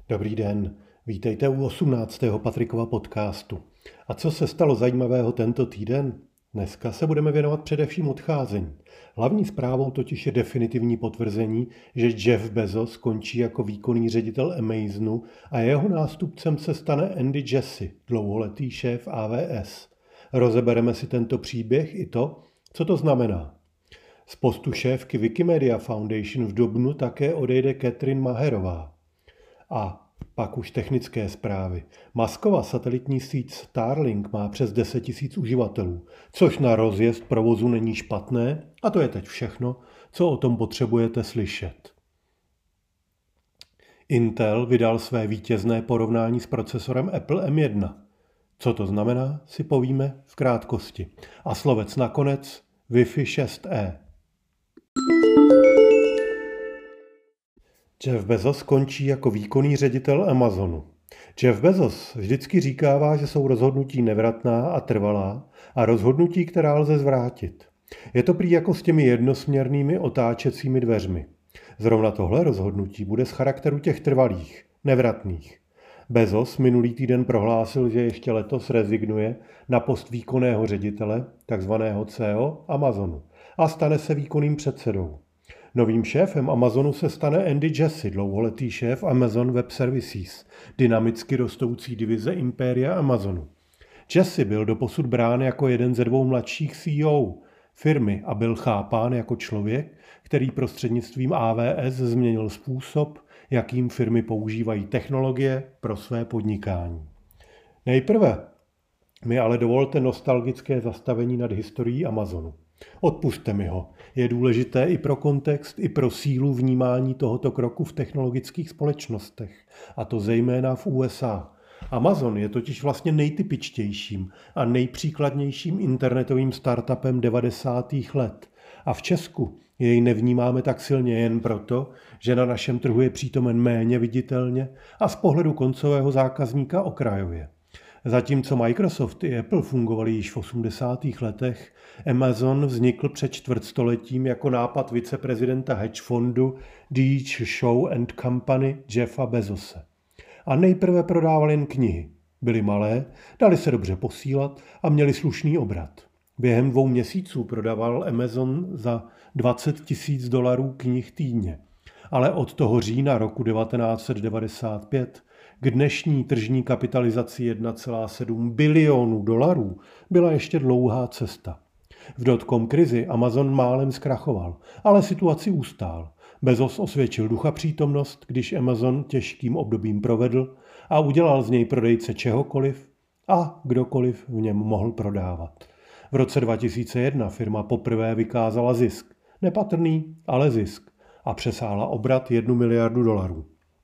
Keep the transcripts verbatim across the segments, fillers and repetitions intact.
Dobrý den, vítejte u osmnáctého Patrikova podcastu. A co se stalo zajímavého tento týden? Dneska se budeme věnovat především odcházení. Hlavní zprávou totiž je definitivní potvrzení, že Jeff Bezos končí jako výkonný ředitel Amazonu a jeho nástupcem se stane Andy Jassy, dlouholetý šéf A W S. Rozebereme si tento příběh i to, co to znamená. Z postu šéfky Wikimedia Foundation v dubnu také odejde Catherine Maherová. A pak už technické zprávy. Muskova satelitní síť Starlink má přes deset tisíc uživatelů, což na rozjezd provozu není špatné, a to je teď všechno, co o tom potřebujete slyšet. Intel vydal své vítězné porovnání s procesorem Apple M jedna. Co to znamená, si povíme v krátkosti. A slovec nakonec Wi-Fi šest E. Jeff Bezos končí jako výkonný ředitel Amazonu. Jeff Bezos vždycky říkává, že jsou rozhodnutí nevratná a trvalá a rozhodnutí, která lze zvrátit. Je to prý jako s těmi jednosměrnými otáčecími dveřmi. Zrovna tohle rozhodnutí bude z charakteru těch trvalých, nevratných. Bezos minulý týden prohlásil, že ještě letos rezignuje na post výkonného ředitele, takzvaného C E O Amazonu, a stane se výkonným předsedou. Novým šéfem Amazonu se stane Andy Jassy, dlouholetý šéf Amazon Web Services, dynamicky rostoucí divize impéria Amazonu. Jassy byl doposud brán jako jeden ze dvou mladších C E O firmy a byl chápán jako člověk, který prostřednictvím A W S změnil způsob, jakým firmy používají technologie pro své podnikání. Nejprve mi ale dovolte nostalgické zastavení nad historií Amazonu. Odpusťte mi ho. Je důležité i pro kontext, i pro sílu vnímání tohoto kroku v technologických společnostech, a to zejména v U S A. Amazon je totiž vlastně nejtypičtějším a nejpříkladnějším internetovým startupem devadesátých let. A v Česku jej nevnímáme tak silně jen proto, že na našem trhu je přítomen méně viditelně a z pohledu koncového zákazníka okrajově. Zatímco Microsoft i Apple fungovaly již v osmdesátých letech, Amazon vznikl před čtvrtstoletím jako nápad viceprezidenta hedge fondu D H Shaw and Company Jeffa Bezose. A nejprve prodával jen knihy. Byly malé, dali se dobře posílat a měli slušný obrat. Během dvou měsíců prodával Amazon za dvacet tisíc dolarů knih týdně. Ale od toho října roku devatenáct set devadesát pět k dnešní tržní kapitalizaci jedna celá sedm bilionu dolarů byla ještě dlouhá cesta. V dotcom krizi Amazon málem zkrachoval, ale situaci ustál. Bezos osvědčil ducha přítomnost, když Amazon těžkým obdobím provedl a udělal z něj prodejce čehokoliv a kdokoliv v něm mohl prodávat. V roce dva tisíce jedna firma poprvé vykázala zisk. Nepatrný, ale zisk. A přesáhla obrat jednu miliardu dolarů.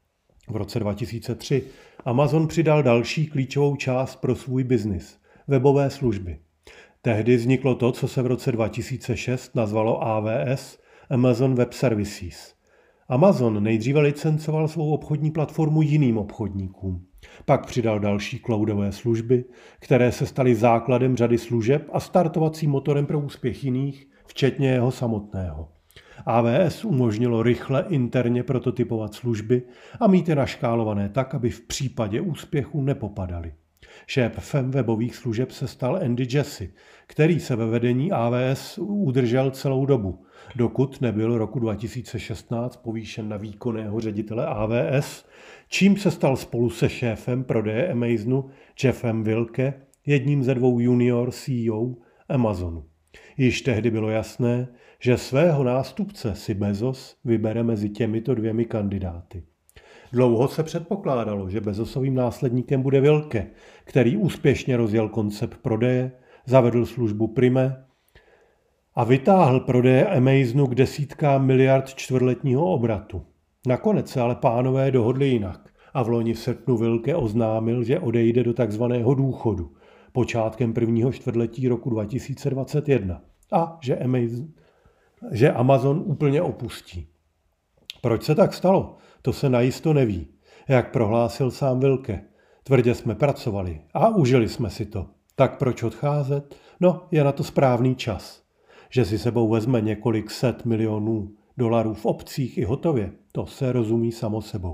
V roce dva tisíce tři Amazon přidal další klíčovou část pro svůj biznis – webové služby. Tehdy vzniklo to, co se v roce dva tisíce šest nazvalo A W S – Amazon Web Services. Amazon nejdříve licencoval svou obchodní platformu jiným obchodníkům. Pak přidal další cloudové služby, které se staly základem řady služeb a startovacím motorem pro úspěch jiných, včetně jeho samotného. A W S umožnilo rychle interně prototypovat služby a mít je naškálované tak, aby v případě úspěchu nepopadaly. Šéfem webových služeb se stal Andy Jassy, který se ve vedení A W S udržel celou dobu, dokud nebyl roku dva tisíce šestnáct povýšen na výkonného ředitele A W S, čím se stal spolu se šéfem prodeje Amazonu Jeffem Wilke jedním ze dvou junior C E O Amazonu. Již tehdy bylo jasné, že svého nástupce si Bezos vybere mezi těmito dvěmi kandidáty. Dlouho se předpokládalo, že Bezosovým následníkem bude Wilke, který úspěšně rozjel koncept prodeje, zavedl službu Prime a vytáhl prodeje Amazonu k desítkám miliard čtvrtletního obratu. Nakonec se ale pánové dohodli jinak a v loni v srpnu Wilke oznámil, že odejde do takzvaného důchodu počátkem prvního čtvrtletí roku dva tisíce dvacet jedna a že Amazon, že Amazon úplně opustí. Proč se tak stalo? To se najisto neví. Jak prohlásil sám Wilke, tvrdě jsme pracovali a užili jsme si to. Tak proč odcházet? No, je na to správný čas. Že si sebou vezme několik set milionů dolarů v opcích i hotově, to se rozumí samo sebou.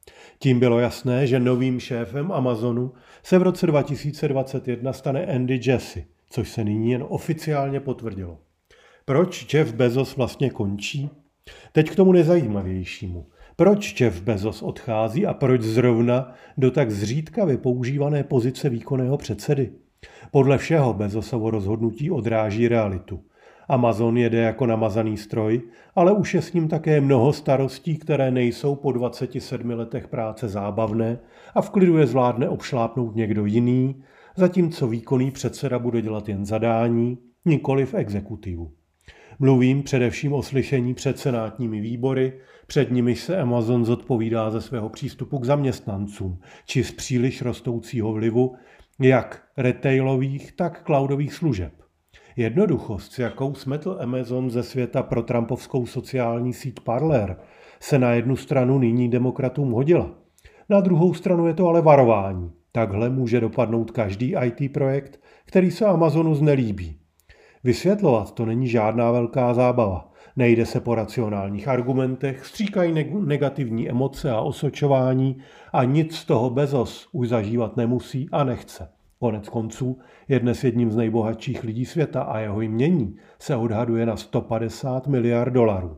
Tím bylo jasné, že novým šéfem Amazonu se v roce dva tisíce dvacet jedna stane Andy Jassy, což se nyní jen oficiálně potvrdilo. Proč Jeff Bezos vlastně končí? Teď k tomu nezajímavějšímu. Proč Jeff Bezos odchází a proč zrovna do tak zřídkavě používané pozice výkonného předsedy? Podle všeho Bezosovo rozhodnutí odráží realitu. Amazon jede jako namazaný stroj, ale už je s ním také mnoho starostí, které nejsou po dvaceti sedmi letech práce zábavné a v klidu je zvládne obšlápnout někdo jiný, zatímco výkonný předseda bude dělat jen zadání, nikoliv exekutivu. Mluvím především o slyšení před senátními výbory, před nimiž se Amazon zodpovídá ze svého přístupu k zaměstnancům, či z příliš rostoucího vlivu jak retailových, tak cloudových služeb. Jednoduchost, s jakou smetl Amazon ze světa pro trumpovskou sociální síť Parler, se na jednu stranu nyní demokratům hodila. Na druhou stranu je to ale varování. Takhle může dopadnout každý í té projekt, který se Amazonu znelíbí. Vysvětlovat to není žádná velká zábava. Nejde se po racionálních argumentech, stříkají negativní emoce a osočování a nic z toho Bezos už zažívat nemusí a nechce. Konec konců je dnes jedním z nejbohatších lidí světa a jeho jmění se odhaduje na sto padesát miliard dolarů.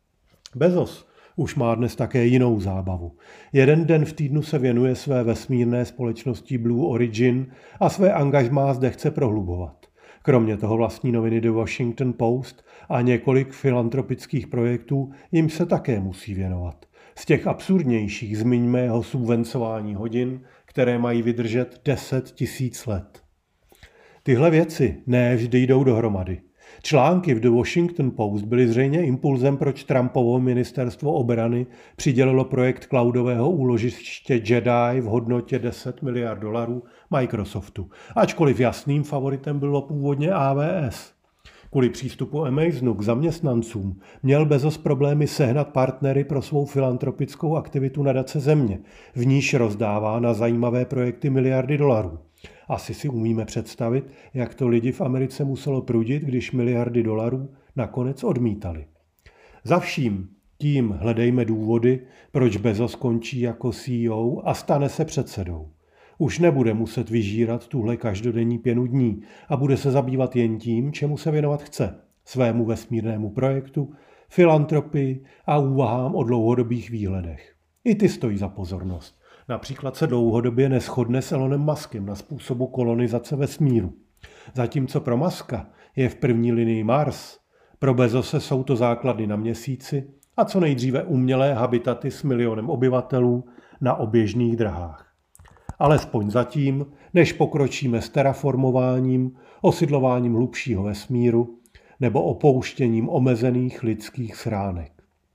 Bezos už má dnes také jinou zábavu. Jeden den v týdnu se věnuje své vesmírné společnosti Blue Origin a své angažmá zde chce prohlubovat. Kromě toho vlastní noviny The Washington Post a několik filantropických projektů jim se také musí věnovat. Z těch absurdnějších zmiňme jeho subvencování hodin, které mají vydržet deset tisíc let. Tyhle věci ne vždy jdou dohromady. Články v The Washington Post byly zřejmě impulzem, proč Trumpovo ministerstvo obrany přidělilo projekt cloudového úložiště Jedi v hodnotě deset miliard dolarů Microsoftu, ačkoliv jasným favoritem bylo původně A W S. Kvůli přístupu Amazonu k zaměstnancům měl Bezos problémy sehnat partnery pro svou filantropickou aktivitu nadace Země, v níž rozdává na zajímavé projekty miliardy dolarů. Asi si umíme představit, jak to lidi v Americe muselo prudit, když miliardy dolarů nakonec odmítali. Za vším tím hledejme důvody, proč Bezos končí jako C E O a stane se předsedou. Už nebude muset vyžírat tuhle každodenní pěnu dní a bude se zabývat jen tím, čemu se věnovat chce. Svému vesmírnému projektu, filantropii a úvahám o dlouhodobých výhledech. I ty stojí za pozornost. Například se dlouhodobě neshodne s Elonem Muskem na způsobu kolonizace vesmíru. Zatímco pro Muska je v první linii Mars, pro Bezose jsou to základy na Měsíci a co nejdříve umělé habitaty s milionem obyvatelů na oběžných drahách. Alespoň zatím, než pokročíme s terraformováním, osidlováním hlubšího vesmíru nebo opouštěním omezených lidských schránek.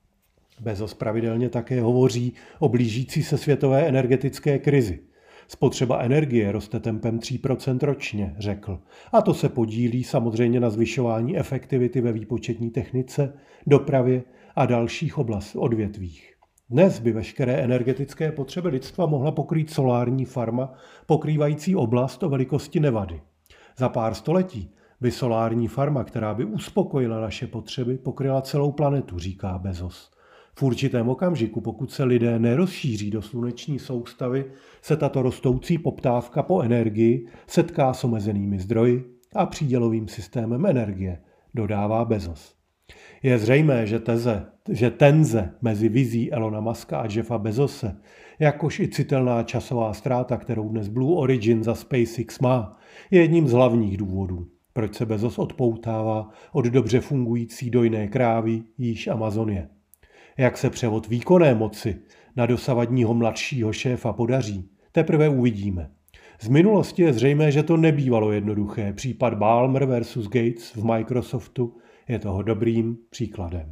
Bezos pravidelně také hovoří o blížící se světové energetické krizi. Spotřeba energie roste tempem tři procenta ročně, řekl. A to se podílí samozřejmě na zvyšování efektivity ve výpočetní technice, dopravě a dalších oblast odvětvích. Dnes by veškeré energetické potřeby lidstva mohla pokrýt solární farma, pokrývající oblast o velikosti Nevady. Za pár století by solární farma, která by uspokojila naše potřeby, pokryla celou planetu, říká Bezos. V určitém okamžiku, pokud se lidé nerozšíří do sluneční soustavy, se tato rostoucí poptávka po energii setká s omezenými zdroji a přídělovým systémem energie, dodává Bezos. Je zřejmé, že, teze, že tenze mezi vizí Elona Muska a Jeffa Bezose, jakož i citelná časová ztráta, kterou dnes Blue Origin za SpaceX má, je jedním z hlavních důvodů, proč se Bezos odpoutává od dobře fungující dojné krávy, jíž Amazon je. Jak se převod výkonné moci na dosavadního mladšího šéfa podaří, teprve uvidíme. Z minulosti je zřejmé, že to nebývalo jednoduché. Případ Ballmer versus Gates v Microsoftu je toho dobrým příkladem.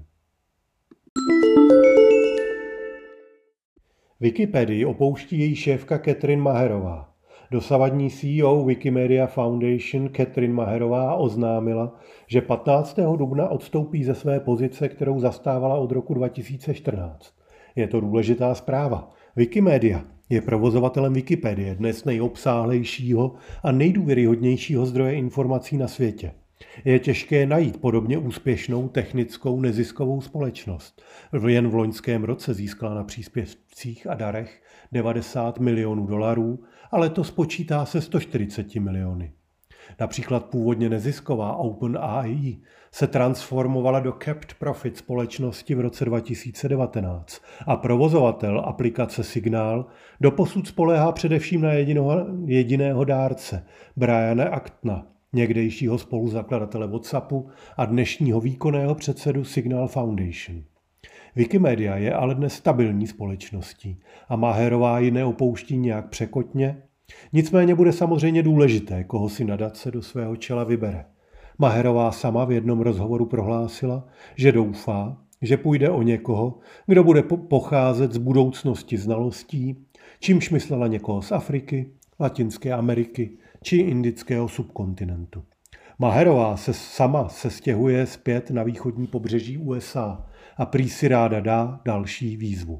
Wikipedii opouští její šéfka Catherine Maherová. Dosavadní C E O Wikimedia Foundation Catherine Maherová oznámila, že patnáctého dubna odstoupí ze své pozice, kterou zastávala od roku dva tisíce čtrnáct. Je to důležitá zpráva. Wikimedia je provozovatelem Wikipedie, dnes nejobsáhlejšího a nejdůvěryhodnějšího zdroje informací na světě. Je těžké najít podobně úspěšnou technickou neziskovou společnost. Jen v loňském roce získala na příspěvcích a darech devadesát milionů dolarů, ale to spočítá se sto čtyřicet miliony. Například původně nezisková OpenAI se transformovala do capped profit společnosti v roce dva tisíce devatenáct a provozovatel aplikace Signál doposud spoléhá především na jediného, jediného dárce, Briana Actona, někdejšího spoluzakladatele WhatsAppu a dnešního výkonného předsedu Signal Foundation. Wikimedia je ale dnes stabilní společností a Maherová ji neopouští nějak překotně. Nicméně bude samozřejmě důležité, koho si nadace do svého čela vybere. Maherová sama v jednom rozhovoru prohlásila, že doufá, že půjde o někoho, kdo bude pocházet z budoucnosti znalostí, čímž myslela někoho z Afriky, Latinské Ameriky či indického subkontinentu. Maherová se sama se stěhuje zpět na východní pobřeží U S A a prý si ráda dá další výzvu.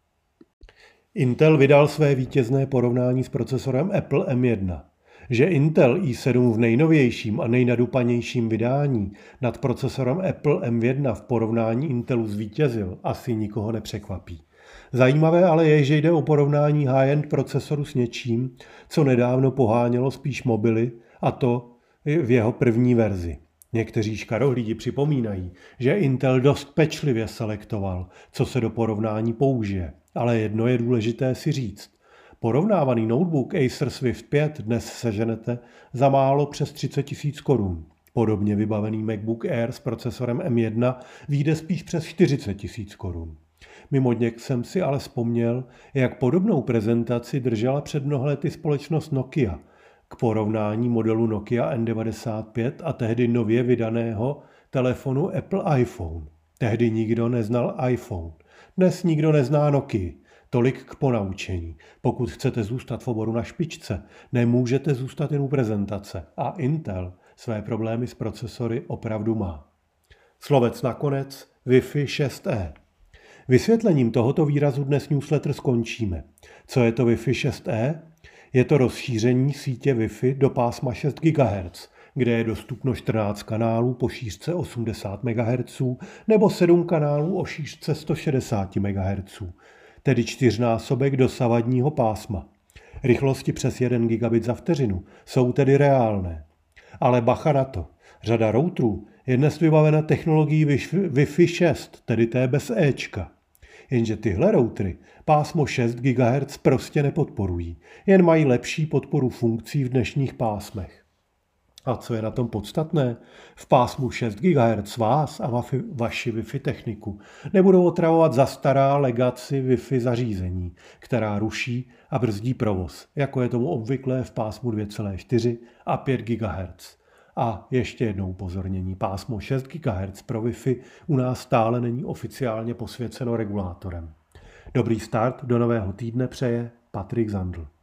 Intel vydal své vítězné porovnání s procesorem Apple M jedna. Že Intel i sedm v nejnovějším a nejnadupanějším vydání nad procesorem Apple M jedna v porovnání Intelu zvítězil, asi nikoho nepřekvapí. Zajímavé ale je, že jde o porovnání high-end procesoru s něčím, co nedávno pohánělo spíš mobily, a to v jeho první verzi. Někteří škarohlídi připomínají, že Intel dost pečlivě selektoval, co se do porovnání použije. Ale jedno je důležité si říct. Porovnávaný notebook Acer Swift pět dnes seženete za málo přes třicet tisíc korun. Podobně vybavený MacBook Air s procesorem M jedna vyjde spíš přes čtyřicet tisíc korun. Mimo něk jsem si ale vzpomněl, jak podobnou prezentaci držela před mnoha lety společnost Nokia k porovnání modelu Nokia N devadesát pět a tehdy nově vydaného telefonu Apple iPhone. Tehdy nikdo neznal iPhone. Dnes nikdo nezná Nokii. Tolik k ponaučení. Pokud chcete zůstat v oboru na špičce, nemůžete zůstat jen u prezentace. A Intel své problémy s procesory opravdu má. Slovec nakonec Wi-Fi šest E. Vysvětlením tohoto výrazu dnes newsletter skončíme. Co je to Wi-Fi šest E? Je to rozšíření sítě Wi-Fi do pásma šest gigahertzů, kde je dostupno čtrnáct kanálů po šířce osmdesát megahertzů nebo sedm kanálů o šířce sto šedesát megahertzů, tedy čtyřnásobek dosavadního pásma. Rychlosti přes jeden gigabit za vteřinu jsou tedy reálné. Ale bacha na to, řada routerů je dnes vybavena technologií Wi-Fi šest, tedy té bez Ečka. Jenže tyhle routery pásmo šest gigahertzů prostě nepodporují, jen mají lepší podporu funkcí v dnešních pásmech. A co je na tom podstatné? V pásmu šest gigahertzů vás a vafi, vaši Wi-Fi techniku nebudou otravovat zastará legacy Wi-Fi zařízení, která ruší a brzdí provoz, jako je tomu obvyklé v pásmu dvě celé čtyři a pět gigahertzů. A ještě jednou upozornění, pásmo šest gigahertzů pro Wi-Fi u nás stále není oficiálně posvěceno regulátorem. Dobrý start do nového týdne přeje Patrik Zandl.